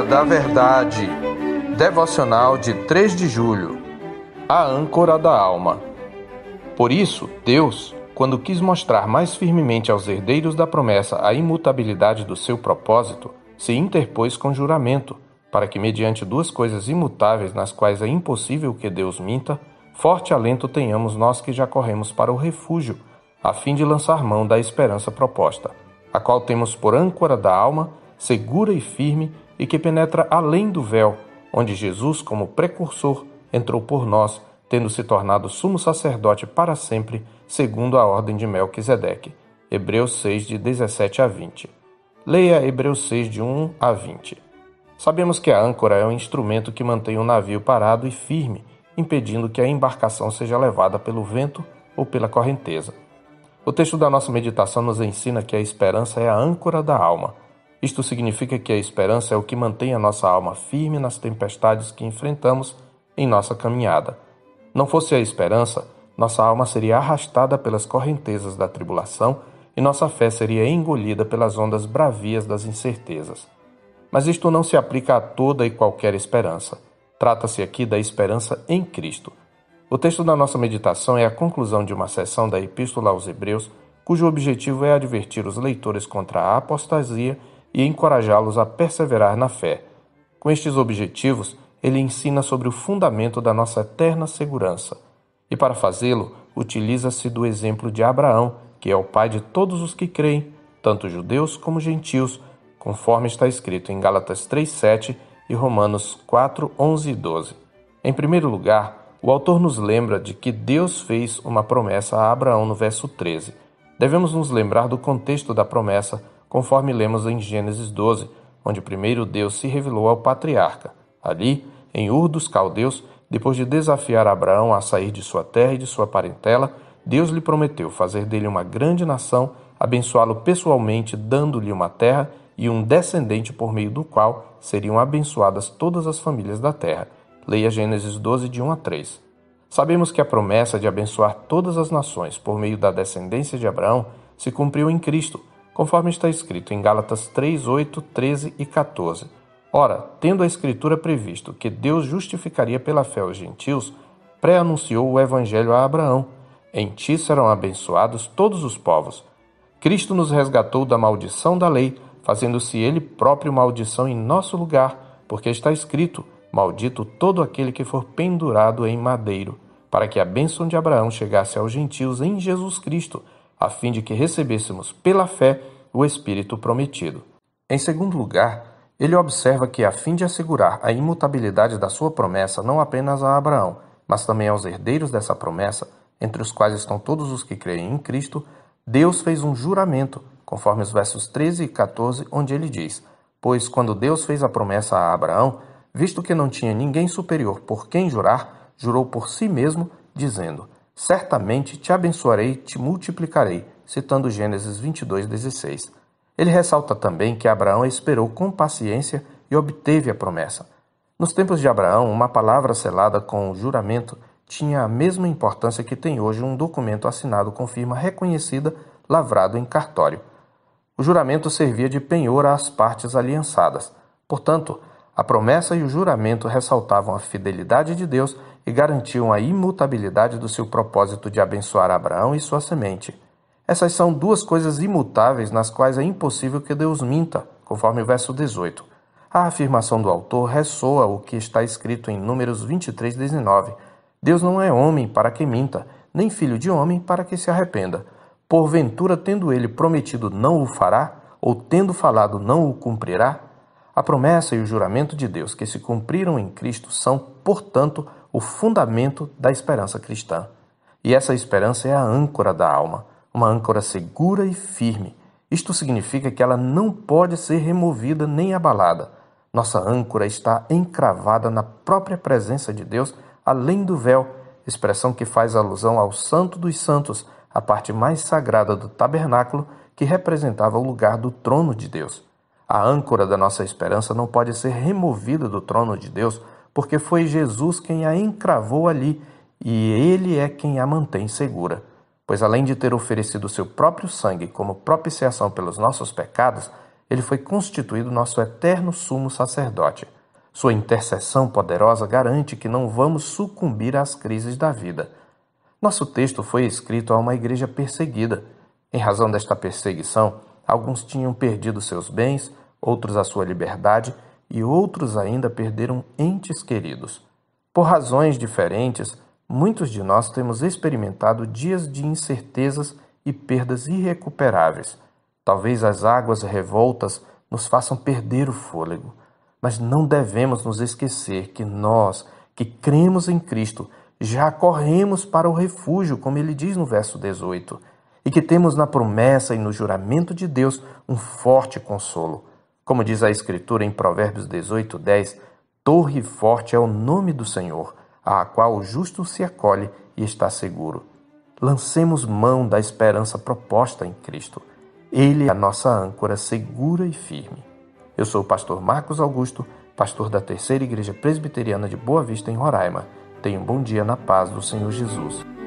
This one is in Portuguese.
da Verdade. Devocional de 3 de julho. A âncora da alma. Por isso, Deus, quando quis mostrar mais firmemente aos herdeiros da promessa a imutabilidade do seu propósito, se interpôs com juramento, para que, mediante duas coisas imutáveis nas quais é impossível que Deus minta, forte alento tenhamos nós que já corremos para o refúgio, a fim de lançar mão da esperança proposta, a qual temos por âncora da alma, segura e firme, e que penetra além do véu, onde Jesus, como precursor, entrou por nós, tendo se tornado sumo sacerdote para sempre, segundo a ordem de Melquisedeque. Hebreus 6, de 17 a 20. Leia Hebreus 6, de 1 a 20. Sabemos que a âncora é um instrumento que mantém o navio parado e firme, impedindo que a embarcação seja levada pelo vento ou pela correnteza. O texto da nossa meditação nos ensina que a esperança é a âncora da alma. Isto significa que a esperança é o que mantém a nossa alma firme nas tempestades que enfrentamos em nossa caminhada. Não fosse a esperança, nossa alma seria arrastada pelas correntezas da tribulação e nossa fé seria engolida pelas ondas bravias das incertezas. Mas isto não se aplica a toda e qualquer esperança. Trata-se aqui da esperança em Cristo. O texto da nossa meditação é a conclusão de uma seção da Epístola aos Hebreus, cujo objetivo é advertir os leitores contra a apostasia e encorajá-los a perseverar na fé. Com estes objetivos, ele ensina sobre o fundamento da nossa eterna segurança. E para fazê-lo, utiliza-se do exemplo de Abraão, que é o pai de todos os que creem, tanto judeus como gentios, conforme está escrito em Gálatas 3:7 e Romanos 4:11 e 12. Em primeiro lugar, o autor nos lembra de que Deus fez uma promessa a Abraão no verso 13. Devemos nos lembrar do contexto da promessa, conforme lemos em Gênesis 12, onde primeiro Deus se revelou ao patriarca. Ali, em Ur dos Caldeus, depois de desafiar Abraão a sair de sua terra e de sua parentela, Deus lhe prometeu fazer dele uma grande nação, abençoá-lo pessoalmente, dando-lhe uma terra e um descendente por meio do qual seriam abençoadas todas as famílias da terra. Leia Gênesis 12, de 1 a 3. Sabemos que a promessa de abençoar todas as nações por meio da descendência de Abraão se cumpriu em Cristo, conforme está escrito em Gálatas 3, 8, 13 e 14. Ora, tendo a Escritura previsto que Deus justificaria pela fé os gentios, pré-anunciou o Evangelho a Abraão. Em ti serão abençoados todos os povos. Cristo nos resgatou da maldição da lei, fazendo-se ele próprio maldição em nosso lugar, porque está escrito: maldito todo aquele que for pendurado em madeiro, para que a bênção de Abraão chegasse aos gentios em Jesus Cristo, a fim de que recebêssemos pela fé o Espírito prometido. Em segundo lugar, ele observa que, a fim de assegurar a imutabilidade da sua promessa não apenas a Abraão, mas também aos herdeiros dessa promessa, entre os quais estão todos os que creem em Cristo, Deus fez um juramento, conforme os versos 13 e 14, onde ele diz: pois quando Deus fez a promessa a Abraão, visto que não tinha ninguém superior por quem jurar, jurou por si mesmo, dizendo: certamente te abençoarei e te multiplicarei, citando Gênesis 22:16. Ele ressalta também que Abraão esperou com paciência e obteve a promessa. Nos tempos de Abraão, uma palavra selada com o juramento tinha a mesma importância que tem hoje um documento assinado com firma reconhecida, lavrado em cartório. O juramento servia de penhor às partes aliançadas. Portanto, a promessa e o juramento ressaltavam a fidelidade de Deus e garantiam a imutabilidade do seu propósito de abençoar Abraão e sua semente. Essas são duas coisas imutáveis nas quais é impossível que Deus minta, conforme o verso 18. A afirmação do autor ressoa o que está escrito em Números 23:19. Deus não é homem para que minta, nem filho de homem para que se arrependa. Porventura, tendo ele prometido, não o fará? Ou tendo falado, não o cumprirá? A promessa e o juramento de Deus que se cumpriram em Cristo são, portanto, o fundamento da esperança cristã. E essa esperança é a âncora da alma, uma âncora segura e firme. Isto significa que ela não pode ser removida nem abalada. Nossa âncora está encravada na própria presença de Deus, além do véu, expressão que faz alusão ao Santo dos Santos, a parte mais sagrada do tabernáculo, que representava o lugar do trono de Deus. A âncora da nossa esperança não pode ser removida do trono de Deus, porque foi Jesus quem a encravou ali, e ele é quem a mantém segura. Pois além de ter oferecido seu próprio sangue como propiciação pelos nossos pecados, Ele foi constituído nosso eterno sumo sacerdote. Sua intercessão poderosa garante que não vamos sucumbir às crises da vida. Nosso texto foi escrito a uma igreja perseguida. Em razão desta perseguição, alguns tinham perdido seus bens, outros a sua liberdade e outros ainda perderam entes queridos. Por razões diferentes, muitos de nós temos experimentado dias de incertezas e perdas irrecuperáveis. Talvez as águas revoltas nos façam perder o fôlego, mas não devemos nos esquecer que nós, que cremos em Cristo, já corremos para o refúgio, como ele diz no verso 18, e que temos na promessa e no juramento de Deus um forte consolo. Como diz a Escritura em Provérbios 18:10, torre forte é o nome do Senhor, à qual o justo se acolhe e está seguro. Lancemos mão da esperança proposta em Cristo. Ele é a nossa âncora segura e firme. Eu sou o pastor Marcos Augusto, pastor da Terceira Igreja Presbiteriana de Boa Vista, em Roraima. Tenha um bom dia na paz do Senhor Jesus.